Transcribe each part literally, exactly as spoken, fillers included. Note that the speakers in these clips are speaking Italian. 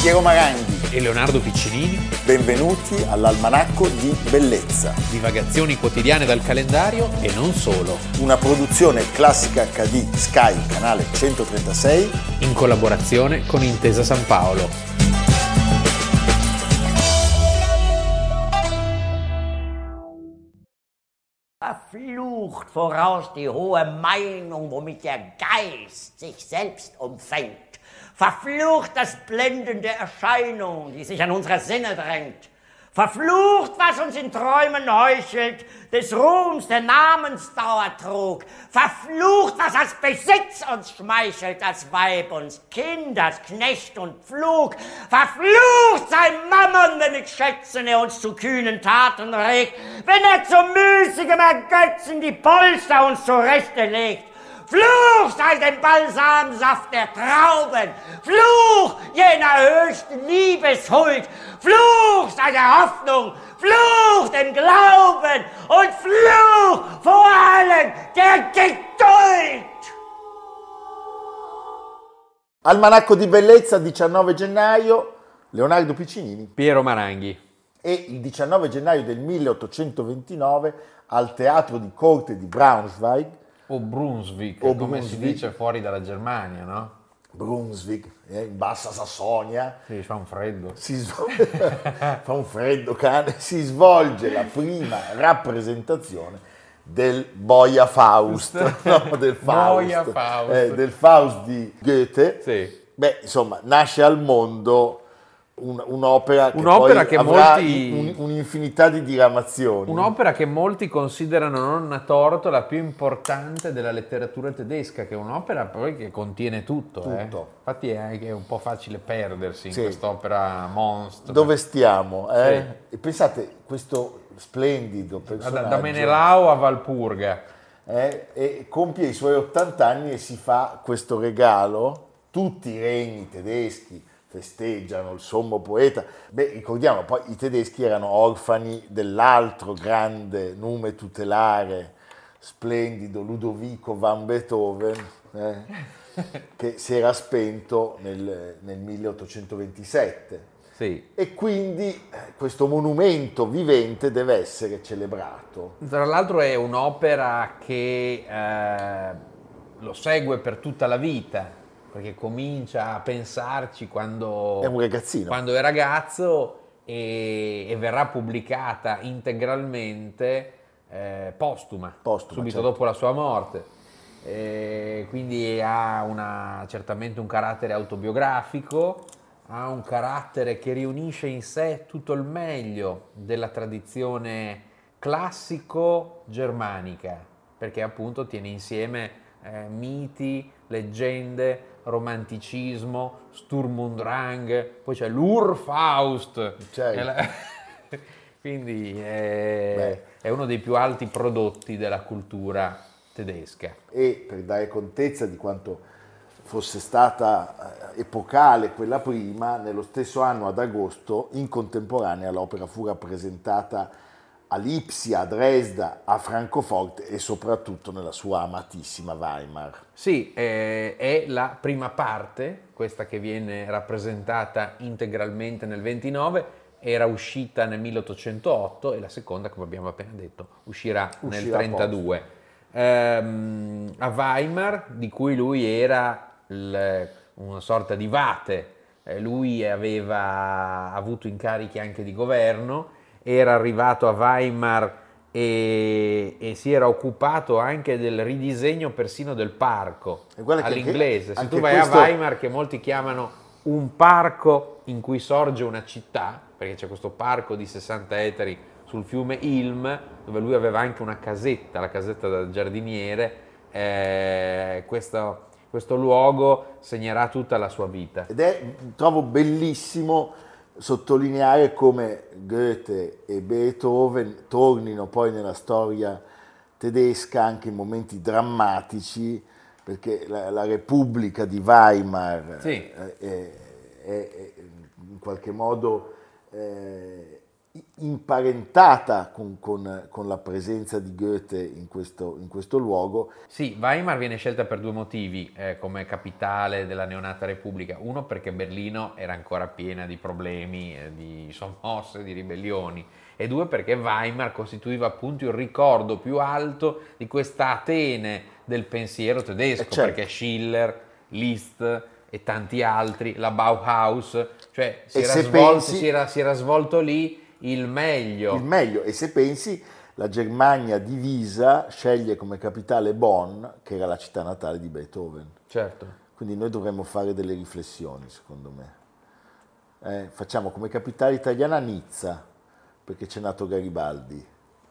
Piero Maranghi e Leonardo Piccinini. Benvenuti all'Almanacco di Bellezza. Divagazioni quotidiane dal calendario e non solo. Una produzione Classica acca di Sky, canale centotrentasei, in collaborazione con Intesa San Paolo. Verflucht voraus die hohe Meinung, womit der Geist sich selbst umfängt. Verflucht das blendende Erscheinung, die sich an unsere Sinne drängt. Verflucht, was uns in Träumen heuchelt, des Ruhms der Namensdauer trug. Verflucht, was als Besitz uns schmeichelt, als Weib uns Kind, als Knecht und Pflug. Verflucht sei Mammon, wenn mit Schätzen er uns zu kühnen Taten regt, wenn er zu müßigem Ergötzen die Polster uns zurechte legt. Fluch sei dem Balsamsaft der Trauben, Fluch jener höchsten Liebeshuld, Fluch sei der Hoffnung, Fluch dem Glauben und Fluch vor allem der Geduld. Almanacco di Bellezza, diciannove gennaio, Leonardo Piccinini. Piero Maranghi. E il diciannove gennaio del milleottocentoventinove al Teatro di Corte di Braunschweig, O Brunswick, o come Brunswick. si dice fuori dalla Germania, no? Brunswick, eh, in Bassa Sassonia, Sì, fa un freddo. si svolge, fa un freddo cane, si svolge la prima rappresentazione del Boia Faust, no, del Faust, Boia Faust. eh, del Faust di Goethe. Sì. Beh, insomma, nasce al mondo un- un'opera che Un'opera poi che avrà molti- un- un'infinità di diramazioni. Un'opera che molti considerano non a torto la più importante della letteratura tedesca, che è un'opera poi che contiene tutto. eh. Tutto. Infatti è anche un po' facile perdersi in Sì. quest'opera monstra. Dove stiamo? Eh? Sì. E pensate, questo splendido Da, personaggio da Menelau a Valpurga. eh, e compie i suoi ottanta anni e si fa questo regalo. Tutti i regni tedeschi festeggiano il sommo poeta. Beh, ricordiamo, poi i tedeschi erano orfani dell'altro grande nume tutelare, splendido Ludovico van Beethoven, eh, che si era spento nel, nel milleottocentoventisette. Sì. E quindi eh, questo monumento vivente deve essere celebrato. Tra l'altro è un'opera che eh, lo segue per tutta la vita, perché comincia a pensarci quando È un ragazzino. quando è ragazzo e, e verrà pubblicata integralmente eh, postuma, Postuma, subito certo. dopo la sua morte. E quindi ha una, certamente un carattere autobiografico, ha un carattere che riunisce in sé tutto il meglio della tradizione classico-germanica, perché appunto tiene insieme eh, miti, leggende, romanticismo, Sturm und Drang, poi c'è l'Urfaust. Certo. È la- Quindi è, è uno dei più alti prodotti della cultura tedesca. E per dare contezza di quanto fosse stata eh, epocale quella prima, nello stesso anno ad agosto, in contemporanea, l'opera fu rappresentata a Lipsia, a Dresda, a Francoforte e soprattutto nella sua amatissima Weimar. Sì, eh, è la prima parte, questa che viene rappresentata integralmente nel ventinove, era uscita nel milleottocentootto e la seconda, come abbiamo appena detto, uscirà, nel Uscirà trentadue. Ehm, a Weimar, di cui lui era il- una sorta di vate, eh, lui aveva avuto incarichi anche di governo, era arrivato a Weimar e, e si era occupato anche del ridisegno persino del parco E guarda che all'inglese. anche- Se tu anche vai questo- a Weimar, che molti chiamano un parco in cui sorge una città, perché c'è questo parco di sessanta ettari sul fiume Ilm, dove lui aveva anche una casetta, la casetta da giardiniere, eh, questo, questo luogo segnerà tutta la sua vita. Ed è, trovo bellissimo sottolineare come Goethe e Beethoven tornino poi nella storia tedesca anche in momenti drammatici, perché la, la Repubblica di Weimar Sì. eh, è, è- è in qualche modo eh, imparentata con, con, con la presenza di Goethe in questo, in questo luogo. Sì, Weimar viene scelta per due motivi eh, come capitale della neonata Repubblica. Uno, perché Berlino era ancora piena di problemi, eh, di sommosse, di ribellioni, e due, perché Weimar costituiva appunto il ricordo più alto di questa Atene del pensiero tedesco, Eh, certo. perché Schiller, Liszt e tanti altri, la Bauhaus, cioè si, E era se svolto, pensi- si, era, si era svolto lì il meglio. Il meglio, e se pensi, la Germania divisa sceglie come capitale Bonn, che era la città natale di Beethoven. Certo. Quindi noi dovremmo fare delle riflessioni, secondo me. Eh, facciamo come capitale italiana Nizza, perché c'è nato Garibaldi.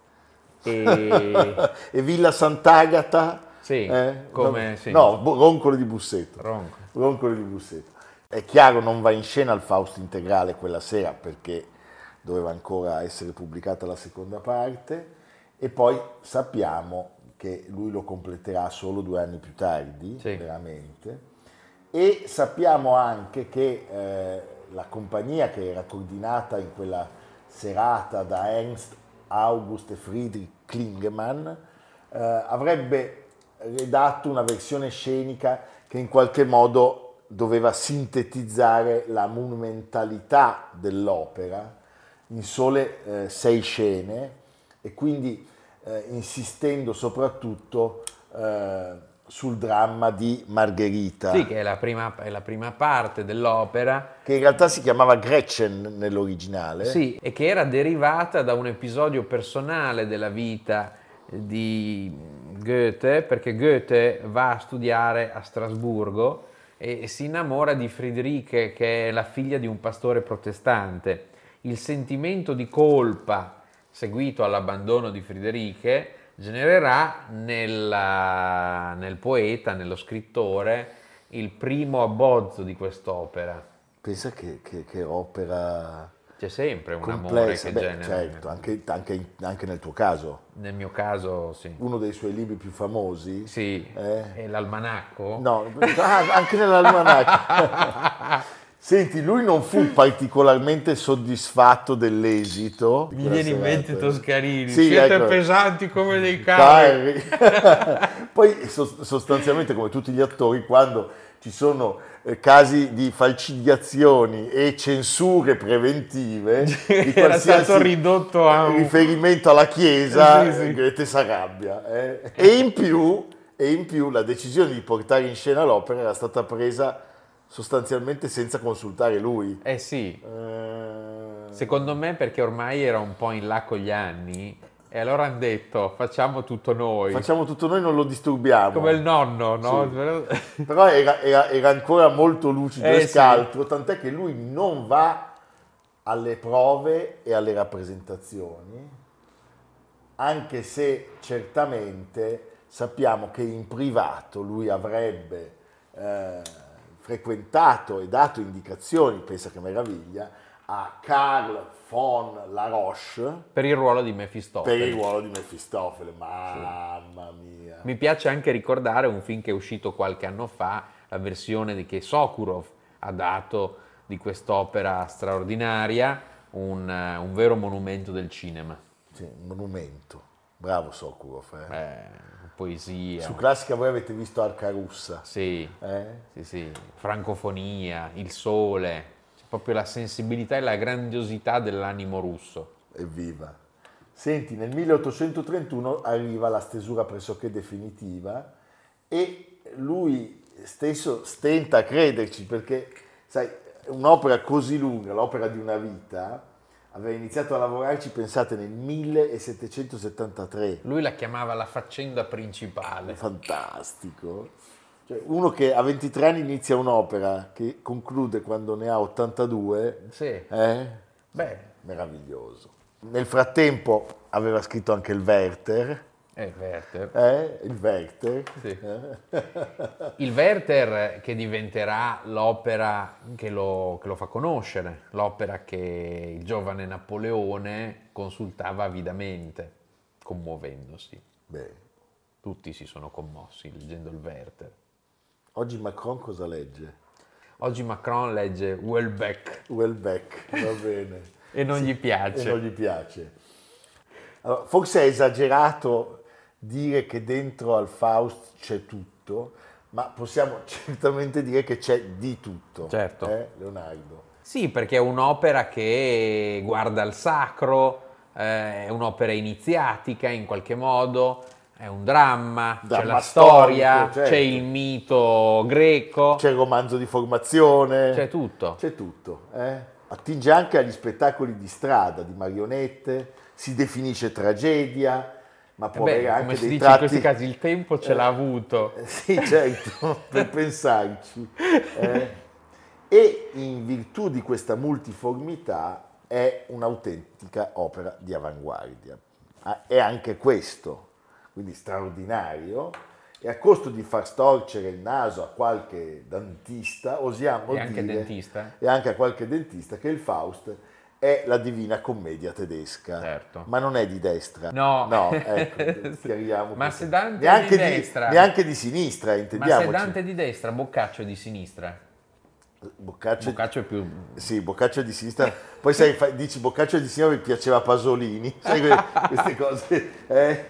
E... E Villa Sant'Agata? Sì, eh? come- no, sì. no, Bo- Roncole di Busseto. Ronco. Roncole di Busseto. È chiaro, non va in scena il Fausto integrale quella sera perché doveva ancora essere pubblicata la seconda parte, e poi sappiamo che lui lo completerà solo due anni più tardi, Sì. veramente, e sappiamo anche che eh, la compagnia che era coordinata in quella serata da Ernst August e Friedrich Klingemann eh, avrebbe redatto una versione scenica che in qualche modo doveva sintetizzare la monumentalità dell'opera in sole eh, sei scene, e quindi eh, insistendo soprattutto eh, sul dramma di Margherita, Sì, che è la prima, è la prima parte dell'opera, che in realtà si chiamava Gretchen nell'originale. sì, e che era derivata da un episodio personale della vita di Goethe, perché Goethe va a studiare a Strasburgo e si innamora di Friederike, che è la figlia di un pastore protestante. Il sentimento di colpa seguito all'abbandono di Friederike genererà nella- nel poeta, nello scrittore, il primo abbozzo di quest'opera. Pensa che, che- che opera C'è sempre un amore complessa. che Beh, genera. certo, anche, anche- anche nel tuo caso, Nel mio caso, sì. uno dei suoi libri più famosi. Sì, eh? è l'almanacco. No, ah, anche nell'almanacco. Senti, lui non fu particolarmente soddisfatto dell'esito. di Mi quella viene in mente serata. Toscanini, Sì, siete ecco. pesanti come dei carri. Carri. Poi so- sostanzialmente, come tutti gli attori, quando ci sono eh, casi di falcidiazioni e censure preventive di Era qualsiasi stato ridotto a un... riferimento alla Chiesa, Sì, sì. Goethe si arrabbia. eh. E in più, e in più la decisione di portare in scena l'opera era stata presa sostanzialmente senza consultare lui. Eh sì, Eh, secondo me perché ormai era un po' in là con gli anni e allora hanno detto facciamo tutto noi, Facciamo tutto noi, non lo disturbiamo. come il nonno, no? Però era, era- era ancora molto lucido Eh, e sì. scaltro, tant'è che lui non va alle prove e alle rappresentazioni, anche se certamente sappiamo che in privato lui avrebbe eh, frequentato e dato indicazioni, pensa che meraviglia, a Carl von Laroche Per il ruolo di per Mefistofele. il ruolo di Mefistofele. Mamma mia. Mi piace anche ricordare un film che è uscito qualche anno fa, la versione di che Sokurov ha dato di quest'opera straordinaria, un, eh, un vero monumento del cinema. Sì, un monumento. Bravo Sokurov. Eh. Eh, poesia. Su Classica voi avete visto Arca Russa. Sì, Eh? sì, sì, francofonia, il sole, c'è proprio la sensibilità e la grandiosità dell'animo russo. Evviva. Senti, nel milleottocentotrentuno arriva la stesura pressoché definitiva e lui stesso stenta a crederci perché, sai, un'opera così lunga, l'opera di una vita, aveva iniziato a lavorarci, pensate, nel millesettecentosettantatré. Lui la chiamava la faccenda principale. Fantastico. Cioè, uno che a ventitré anni inizia un'opera che conclude quando ne ha ottantadue, Sì, eh? beh, Meraviglioso. Nel frattempo aveva scritto anche il Werther, è Werther. eh? il Werther. Sì. eh? Il Werther che diventerà l'opera che lo, che lo fa conoscere, l'opera che il giovane Napoleone consultava avidamente, commuovendosi. Beh, Tutti si sono commossi leggendo il Werther. oggi Macron cosa legge? Oggi Macron legge Welbeck. Welbeck, va bene. e non gli E piace. non gli piace. Allora, forse è esagerato dire che dentro al Faust c'è tutto, ma possiamo certamente dire che c'è di tutto. Certo. Eh, Leonardo? Sì, perché è un'opera che guarda al sacro, eh, è un'opera iniziatica in qualche modo, è un dramma, c'è Dramma la storia, storico, certo. c'è il mito greco, C'è il romanzo di formazione. c'è tutto. C'è tutto. eh. Attinge anche agli spettacoli di strada, di marionette, si definisce tragedia, ma può Beh, avere anche come si dei dice tratti... in questi casi, il tempo ce l'ha avuto. Eh, Sì, certo, per pensarci. eh. E in virtù di questa multiformità è un'autentica opera di avanguardia. Ah, È anche questo, quindi straordinario, e a costo di far storcere il naso a qualche dentista, osiamo E anche dire, dentista. e anche a qualche dentista, che il Faust è la Divina Commedia tedesca, Certo. ma non è di destra. No. no ecco, chiariamo Ma questo. se Dante è neanche di destra. neanche di sinistra, Ma se intendiamoci. Dante è di destra, Boccaccio è di sinistra. Boccaccio, Boccaccio è più... sì, Boccaccio è di sinistra. Poi sai, fa- dici Boccaccio è di sinistra, mi piaceva Pasolini. Sai que- queste cose. eh?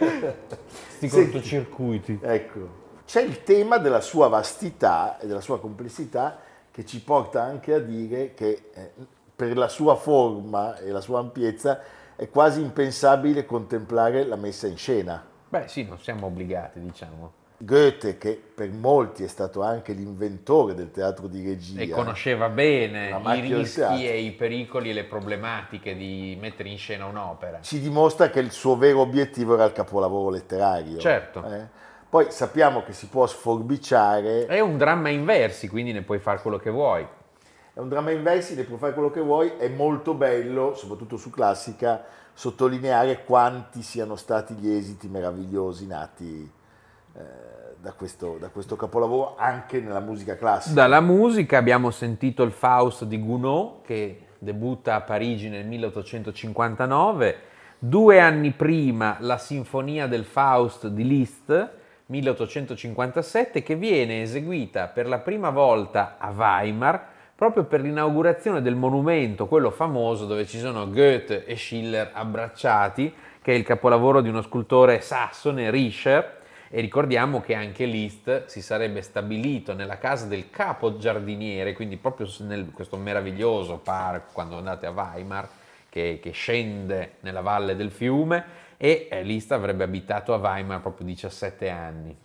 Sti Sì. cortocircuiti. Ecco. C'è il tema della sua vastità e della sua complessità che ci porta anche a dire che eh, per la sua forma e la sua ampiezza è quasi impensabile contemplare la messa in scena. Beh sì, non siamo obbligati, diciamo. Goethe, che per molti è stato anche l'inventore del teatro di regia, E conosceva bene La i macchina del rischi teatro. e i pericoli e le problematiche di mettere in scena un'opera. ci dimostra che il suo vero obiettivo era il capolavoro letterario. Certo. eh. Poi sappiamo che si può sforbiciare, È un dramma in versi, quindi ne puoi fare quello che vuoi. è un dramma in versi, ne puoi fare quello che vuoi, è molto bello, soprattutto su classica, sottolineare quanti siano stati gli esiti meravigliosi nati eh, da, questo, da questo capolavoro anche nella musica classica. Dalla musica abbiamo sentito il Faust di Gounod, che debutta a Parigi nel milleottocentocinquantanove, due anni prima la Sinfonia del Faust di Liszt, milleottocentocinquantasette, che viene eseguita per la prima volta a Weimar proprio per l'inaugurazione del monumento, quello famoso dove ci sono Goethe e Schiller abbracciati, che è il capolavoro di uno scultore sassone, Rischer. E ricordiamo che anche Liszt si sarebbe stabilito nella casa del capo giardiniere, quindi proprio in questo meraviglioso parco, quando andate a Weimar, che, che scende nella valle del fiume, e eh, Liszt avrebbe abitato a Weimar proprio diciassette anni.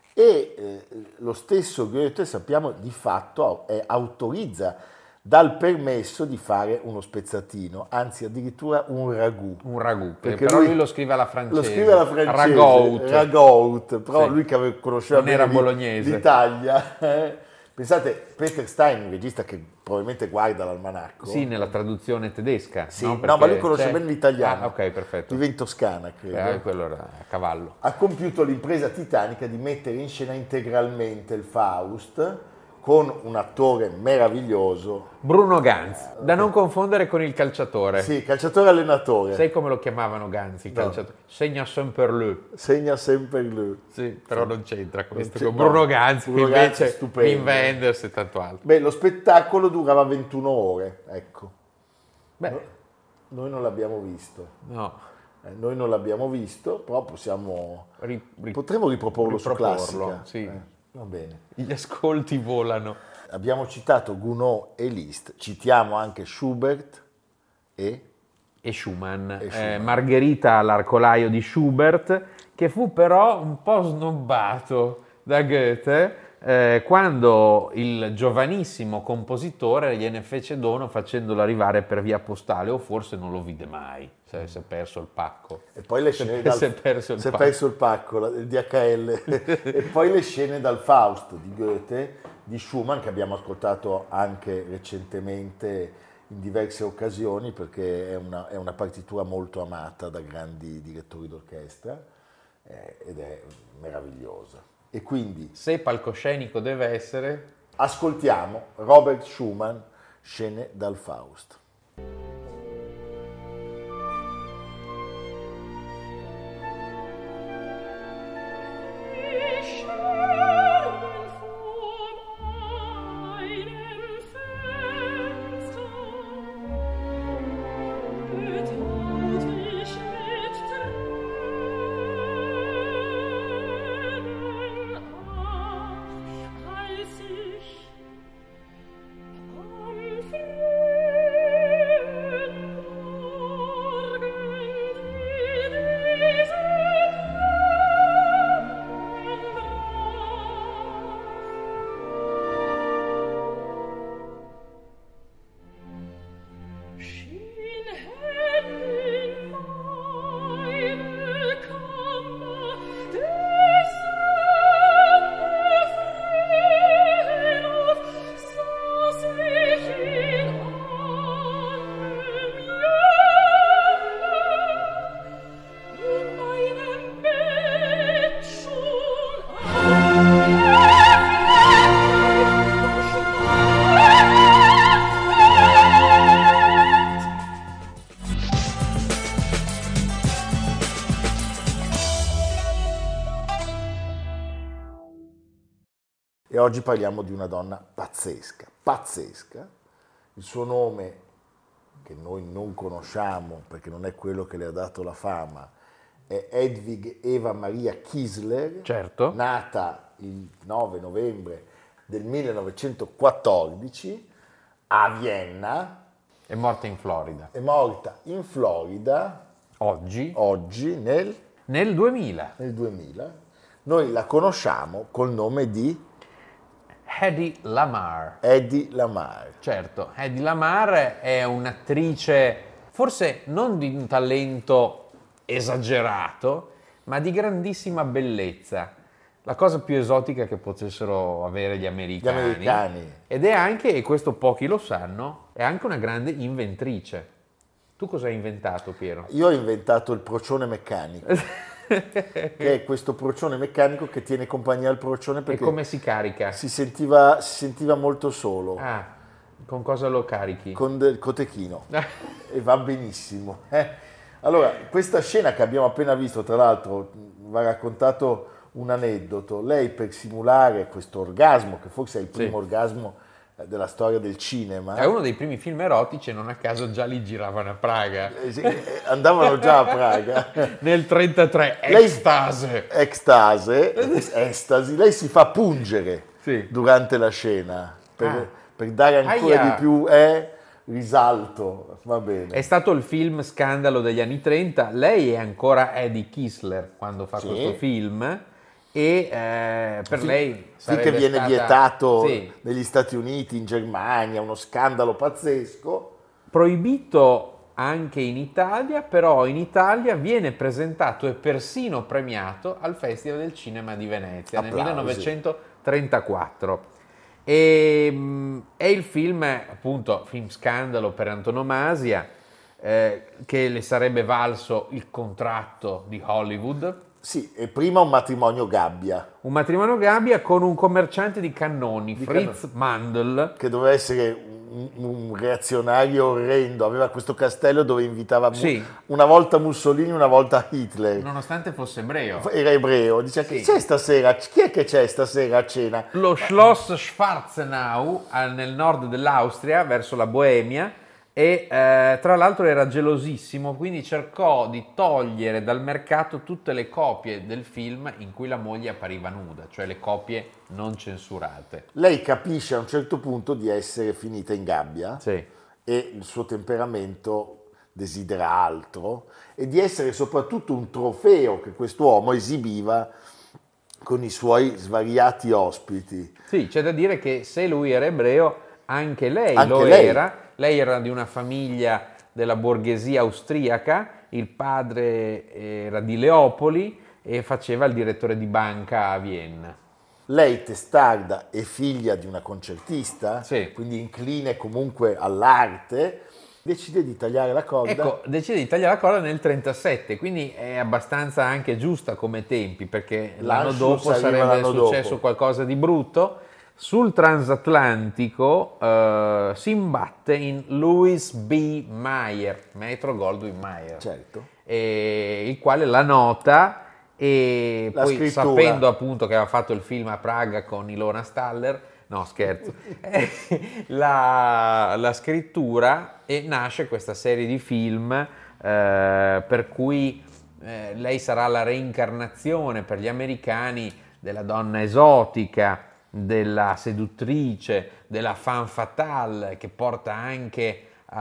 E eh, lo stesso Goethe, sappiamo, di fatto eh, autorizza, dà il permesso di fare uno spezzatino, anzi addirittura un ragù. Un ragù, Perché però lui, lui lo scrive alla francese. Lo scrive alla francese, Ragout. Ragout, però Sì. lui che aveva- conosceva Non era bene l'I- bolognese. l'Italia. eh. Pensate, Peter Stein, un regista che probabilmente guarda l'almanacco. Sì, nella traduzione tedesca. Sì, no, no, Perché ma lui conosce c'è- bene l'italiano. Ah, ok, perfetto. Vive in Toscana, credo. Eh, quello era a cavallo. Ha compiuto l'impresa titanica di mettere in scena integralmente il Faust con un attore meraviglioso. Bruno Ganz, da non confondere con il calciatore. Sì, calciatore allenatore. Sai come lo chiamavano Ganz, il No. calciatore? Segna sempre lui. Segna sempre lui. Sì, però non c'entra questo. c'è- Con Bruno no, Ganz, Bruno che Ganz è invece stupendo. Wim Wenders e tanto altro. Beh, lo spettacolo durava ventuno ore, ecco. Beh, No, noi non l'abbiamo visto. no. Eh, noi non l'abbiamo visto, però possiamo... Ri- ri- Potremmo riproporlo su riproporlo, Classica. sì. Eh, va bene. Gli ascolti volano. Abbiamo citato Gounod e Liszt, citiamo anche Schubert e... E Schumann, E Eh, Schumann. Margherita all'arcolaio di Schubert, che fu però un po' snobbato da Goethe eh, quando il giovanissimo compositore gliene fece dono facendolo arrivare per via postale, o forse non lo vide mai, se si è perso il pacco. E poi le scene Si è- dal... si è perso il si è pacco. perso il pacco, la- il D H L. E poi le scene dal Faust di Goethe, di Schumann, che abbiamo ascoltato anche recentemente in diverse occasioni, perché è una, è una partitura molto amata da grandi direttori d'orchestra eh, ed è meravigliosa. E quindi Se palcoscenico deve essere, ascoltiamo Robert Schumann, Scene dal Faust. Ich schaue vor meinem Fenster E oggi parliamo di una donna pazzesca, pazzesca. Il suo nome, che noi non conosciamo perché non è quello che le ha dato la fama, è Hedwig Eva Maria Kiesler, Certo. nata il nove novembre del millenovecentoquattordici a Vienna, È morta in Florida. è morta in Florida Oggi, oggi nel, nel duemila. nel duemila. Noi la conosciamo col nome di Hedy Lamarr. Hedy Lamarr. Certo, Hedy Lamarr è un'attrice forse non di un talento esagerato, ma di grandissima bellezza. La cosa più esotica che potessero avere gli americani. Gli americani. Ed è anche, e questo pochi lo sanno, è anche una grande inventrice. Tu cosa hai inventato, Piero? Io ho inventato il procione meccanico, che è questo procione meccanico che tiene compagnia al procione E perché come si carica? si sentiva, si sentiva molto solo, Ah, con cosa lo carichi? con del cotechino, e va benissimo. eh. Allora, questa scena che abbiamo appena visto, tra l'altro, va raccontato un aneddoto. Lei, per simulare questo orgasmo, che forse è il primo Sì. orgasmo eh, della storia del cinema, È uno dei primi film erotici e non a caso già li giravano a Praga. eh, sì, eh, andavano già a Praga. Nel trentatré, Lei- Extase. Extase, estasi, lei si fa pungere Sì. durante la scena per, Ah. per dare ancora Aia. di più eh, risalto, va bene. È stato il film scandalo degli anni trenta. Lei è ancora Eddie Kiesler quando fa Sì. questo film e eh, per Fin- lei Finché sarebbe viene stata- vietato Sì. negli Stati Uniti, in Germania, uno scandalo pazzesco. Proibito anche in Italia, però in Italia viene presentato e persino premiato al Festival del Cinema di Venezia nel Applausi. millenovecentotrentaquattro. E, mh, è il film, appunto, film scandalo per antonomasia, eh, che le sarebbe valso il contratto di Hollywood. Sì, e prima un matrimonio gabbia, Un matrimonio gabbia con un commerciante di cannoni, Di Fritz Mandl. che doveva essere un, un reazionario orrendo, aveva questo castello dove invitava mu- Sì. una volta Mussolini, una volta Hitler. Nonostante fosse ebreo. Era ebreo, dice chi Sì. c'è stasera? Chi è che c'è stasera a cena? Lo Schloss Schwarzenau al- nel nord dell'Austria, verso la Boemia, e eh, tra l'altro era gelosissimo, quindi cercò di togliere dal mercato tutte le copie del film in cui la moglie appariva nuda, cioè le copie non censurate. Lei capisce a un certo punto di essere finita in gabbia Sì. e il suo temperamento desidera altro e di essere soprattutto un trofeo che quest'uomo esibiva con i suoi svariati ospiti. Sì, c'è da dire che se lui era ebreo, anche lei Anche lo lei. era. Lei era di una famiglia della borghesia austriaca, il padre era di Leopoli e faceva il direttore di banca a Vienna. Lei, testarda e figlia di una concertista, Sì. quindi incline comunque all'arte, decide di tagliare la corda. Ecco, decide di tagliare la corda nel trentasette, quindi è abbastanza anche giusta come tempi, perché l'anno L'Anschluss dopo arriva sarebbe l'anno successo dopo. qualcosa di brutto. Sul transatlantico eh, si imbatte in Louis B. Mayer, Metro Goldwyn Mayer, Certo. e- il quale la nota e La poi scrittura. sapendo appunto che aveva fatto il film a Praga con Ilona Staller, no scherzo, eh, la, la scrittura e nasce questa serie di film eh, per cui eh, lei sarà la reincarnazione per gli americani della donna esotica, della seduttrice, della femme fatale che porta anche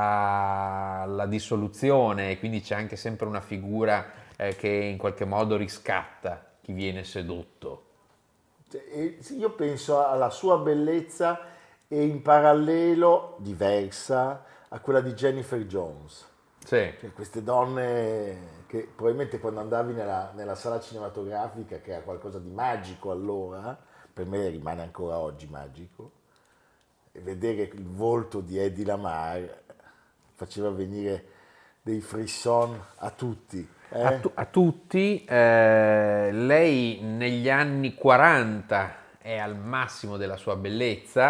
alla dissoluzione e quindi c'è anche sempre una figura eh, che in qualche modo riscatta chi viene sedotto. Cioè, e sì, io penso alla sua bellezza e in parallelo diversa a quella di Jennifer Jones. Sì, Cioè, queste donne che probabilmente quando andavi nella, nella sala cinematografica, che era qualcosa di magico allora, per me rimane ancora oggi magico, e vedere il volto di Hedy Lamarr faceva venire dei frisson a tutti. eh? a, tu- a tutti. eh, lei negli anni quaranta è al massimo della sua bellezza,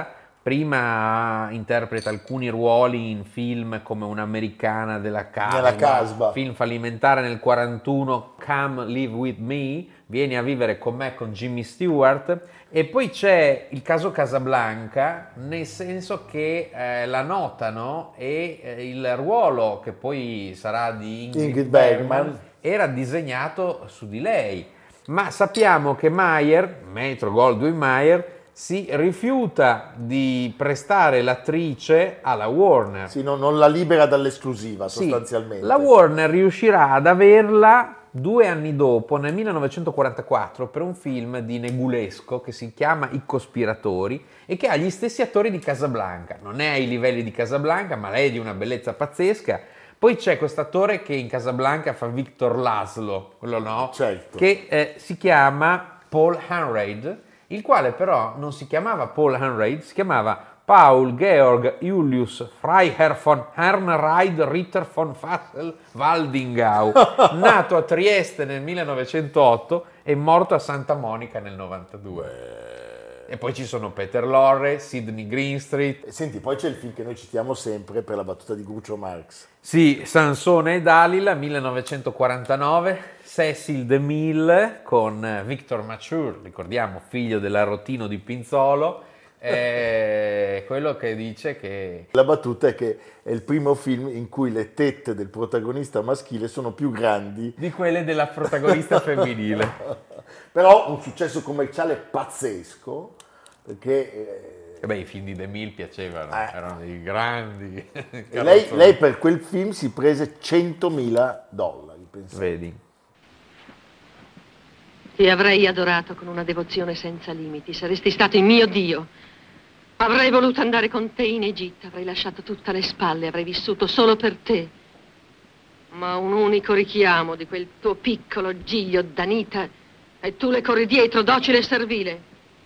prima interpreta alcuni ruoli in film come Un'americana della Casbah, Nella Casbah. film fallimentare nel quarantuno, Come Live With Me, Vieni a vivere con me con Jimmy Stewart, e poi c'è il caso Casablanca, nel senso che eh, la notano e eh, il ruolo che poi sarà di Ingrid, Ingrid Bergman Bergman era disegnato su di lei. Ma sappiamo che Meyer, Metro Goldwyn Mayer, si rifiuta di prestare l'attrice alla Warner. Sì, no, non la libera dall'esclusiva Sì, sostanzialmente. la Warner riuscirà ad averla due anni dopo, nel millenovecentoquarantaquattro, per un film di Negulesco che si chiama I Cospiratori e che ha gli stessi attori di Casablanca. Non è ai livelli di Casablanca, ma lei è di una bellezza pazzesca. Poi c'è questo attore che in Casablanca fa Victor Laszlo, quello no? Certo. Che eh, si chiama Paul Henreid, il quale però non si chiamava Paul Henreid, si chiamava Paul Georg Julius Freiherr von Herrenreid Ritter von Fassel-Waldingau, nato a Trieste nel millenovecentootto e morto a Santa Monica nel novantadue. E poi ci sono Peter Lorre, Sidney Greenstreet. Senti, poi c'è il film che noi citiamo sempre per la battuta di Groucho Marx. Sì, Sansone e Dalila, millenovecentoquarantanove, Cecil DeMille con Victor Mature, ricordiamo, figlio dell'arrotino di Pinzolo, è quello che dice che... La battuta è che è il primo film in cui le tette del protagonista maschile sono più grandi di quelle della protagonista femminile. Però un successo commerciale pazzesco, perché... Eh, E beh, i film di DeMille piacevano, Eh. erano dei grandi. lei, carrozzoni. lei per quel film si prese centomila dollari, pensate. Vedi. Ti avrei adorato con una devozione senza limiti, saresti stato il mio Dio. Avrei voluto andare con te in Egitto, avrei lasciato tutto alle spalle, avrei vissuto solo per te. Ma un unico richiamo di quel tuo piccolo giglio d'Anita e tu le corri dietro, docile e servile.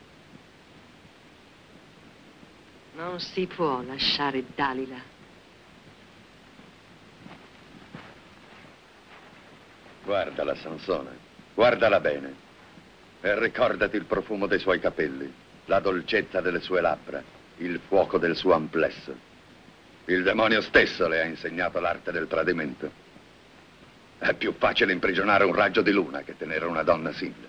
Non si può lasciare Dalila. Guardala, Sansone, guardala bene e ricordati il profumo dei suoi capelli, la dolcezza delle sue labbra, il fuoco del suo amplesso. Il demonio stesso le ha insegnato l'arte del tradimento. È più facile imprigionare un raggio di luna che tenere una donna simile.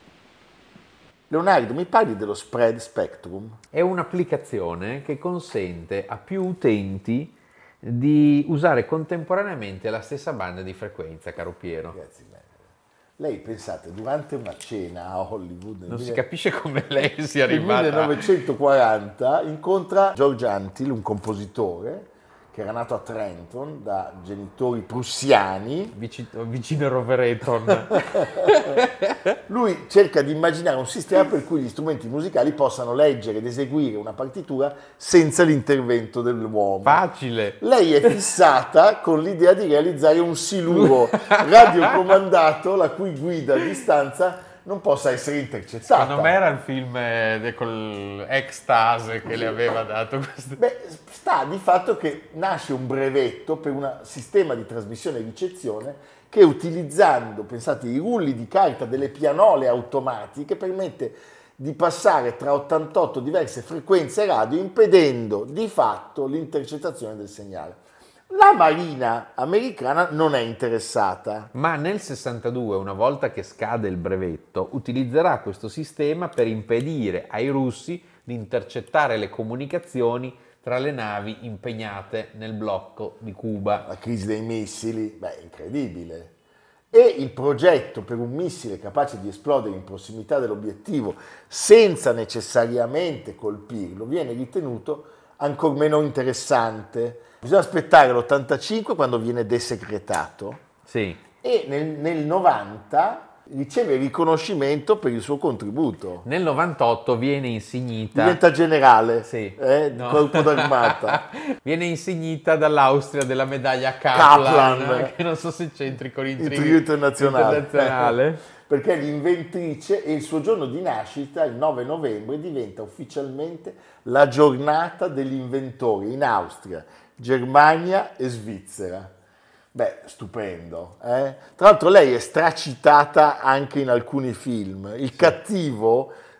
Leonardo, mi parli dello Spread Spectrum? È un'applicazione che consente a più utenti di usare contemporaneamente la stessa banda di frequenza, caro Piero. Ragazzi, lei, pensate, durante una cena a Hollywood nel Non si mille- capisce come lei sia nel arrivata. millenovecentoquaranta incontra George Antil, un compositore che era nato a Trenton da genitori prussiani. Vicino, vicino a Rovereton. Lui cerca di immaginare un sistema per cui gli strumenti musicali possano leggere ed eseguire una partitura senza l'intervento dell'uomo. Facile. Lei è fissata con l'idea di realizzare un siluro radiocomandato la cui guida a distanza non possa essere intercettata. Secondo me era il film eh, con Extase che le aveva dato questo. Beh, sta di fatto che nasce un brevetto per un sistema di trasmissione e ricezione che, utilizzando, pensate, i rulli di carta delle pianole automatiche, permette di passare tra ottantotto diverse frequenze radio, impedendo di fatto l'intercettazione del segnale. La Marina americana non è interessata. Ma nel sessantadue, una volta che scade il brevetto, utilizzerà questo sistema per impedire ai russi di intercettare le comunicazioni tra le navi impegnate nel blocco di Cuba. La crisi dei missili, beh, incredibile. E il progetto per un missile capace di esplodere in prossimità dell'obiettivo senza necessariamente colpirlo viene ritenuto ancor meno interessante. Bisogna aspettare l'ottantacinque quando viene desecretato Sì. e nel, nel novanta riceve il riconoscimento per il suo contributo. Nel novantotto viene insignita. Diventa generale, Sì. eh, di No. corpo d'armata. Viene insignita dall'Austria della medaglia Kaplan, Kaplan. che non so se c'entri con il Il trio trio internazionale. internazionale. Perché è l'inventrice e il suo giorno di nascita, il nove novembre, diventa ufficialmente la giornata dell'inventore in Austria, Germania e Svizzera. Beh, stupendo. Eh? Tra l'altro lei è stracitata anche in alcuni film. Il cattivo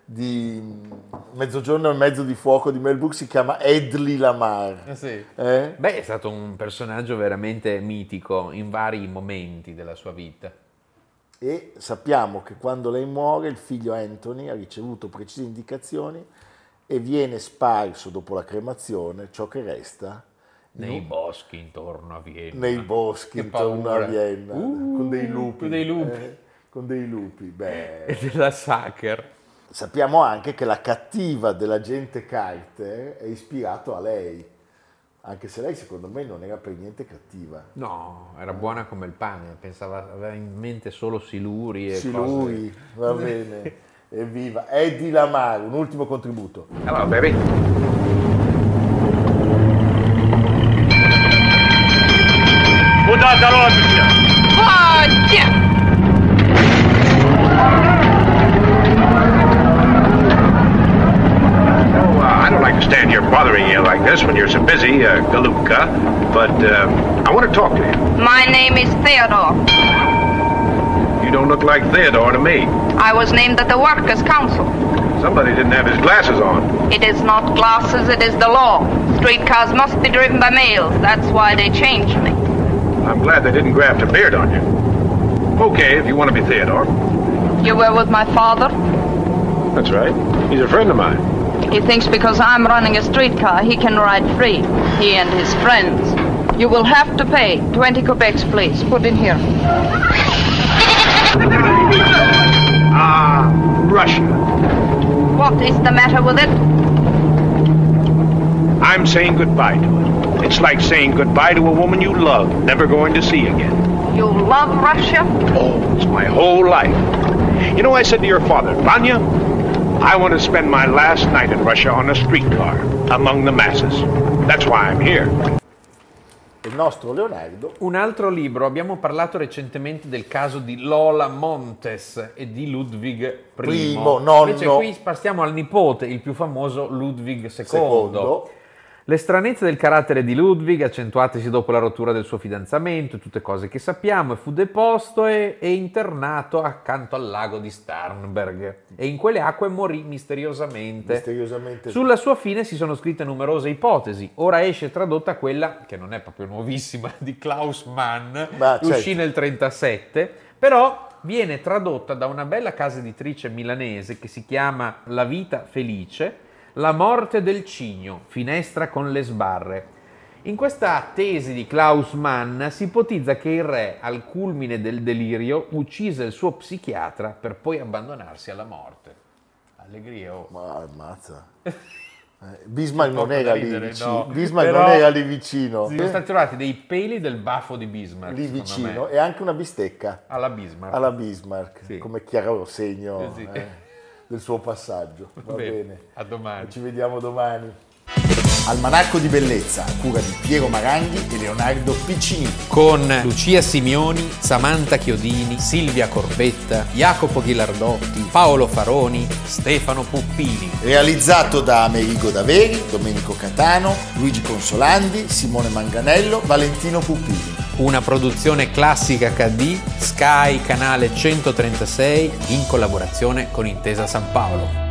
di Mezzogiorno e mezzo di fuoco di Mel Brooks si chiama Edly Lamar. Eh sì. Eh? Beh, è stato un personaggio veramente mitico in vari momenti della sua vita. E sappiamo che quando lei muore il figlio Anthony ha ricevuto precise indicazioni e viene sparso dopo la cremazione ciò che resta Nei boschi intorno a Vienna. nei boschi Che intorno paura. a Vienna, Uh, con dei lupi. con dei lupi. eh, con dei lupi. Beh, E della Sacher. sappiamo anche che la cattiva dell'agente Carter è ispirato a lei, anche se lei secondo me non era per niente cattiva. No, era buona come il pane, pensava, aveva in mente solo siluri e Siluri, cose. va bene, evviva. Edly Lamar, un ultimo contributo. Hello, baby. Куда торопишься? Oh, uh, I don't like to stand here bothering you like this when you're so busy, uh, Galupka, but uh, I want to talk to you. My name is Theodore. You don't look like Theodore to me. I was named at the Workers' Council. Somebody didn't have his glasses on. It is not glasses, it is the law. Streetcars must be driven by males. That's why they changed me. I'm glad they didn't graft a beard on you. Okay, if you want to be Theodore. You were with my father? That's right. He's a friend of mine. He thinks because I'm running a streetcar, he can ride free. He and his friends. You will have to pay twenty kopecks, please. Put in here. Ah, Russia. What is the matter with it? I'm saying goodbye to it. It's like saying goodbye to a woman you love, never going to see again. You love Russia? Oh, it's my whole life. You know, I said to your father, Vanya, I want to spend my last night in Russia on a streetcar, among the masses. That's why I'm here. Il nostro Leonardo. Un altro libro, abbiamo parlato recentemente del caso di Lola Montes e di Ludwig I. Primo, nonno. Invece qui passiamo al nipote, il più famoso Ludwig secondo. Secondo. Le stranezze del carattere di Ludwig, accentuatesi dopo la rottura del suo fidanzamento, tutte cose che sappiamo, e fu deposto e, e internato accanto al lago di Starnberg. E in quelle acque morì misteriosamente. Misteriosamente. Sulla sua fine si sono scritte numerose ipotesi. Ora esce tradotta quella, che non è proprio nuovissima, di Klaus Mann, Ma, che uscì certo. nel trentasette, però viene tradotta da una bella casa editrice milanese che si chiama La vita felice, La morte del cigno, finestra con le sbarre. In questa tesi di Klaus Mann si ipotizza che il re, al culmine del delirio, uccise il suo psichiatra per poi abbandonarsi alla morte. Allegria, oh. Ma ammazza. Eh, Bismarck Fa non poco era da lì ridere, vicino. no. Bismarck Però non era lì vicino. Si sono stati trovati dei peli del baffo di Bismarck, Lì secondo vicino. me. E anche una bistecca. Alla Bismarck. Alla Bismarck. Sì. Come chiaro segno Eh sì. eh, del suo passaggio. Va Bene, bene. a domani. Ci vediamo domani. Almanacco di bellezza a cura di Piero Maranghi e Leonardo Piccini. Con Lucia Simioni, Samantha Chiodini, Silvia Corbetta, Jacopo Ghilardotti, Paolo Faroni, Stefano Puppini. Realizzato da Amerigo Daveri, Domenico Catano, Luigi Consolandi, Simone Manganello, Valentino Puppini. Una produzione Classica acca di, Sky canale centotrentasei in collaborazione con Intesa San Paolo.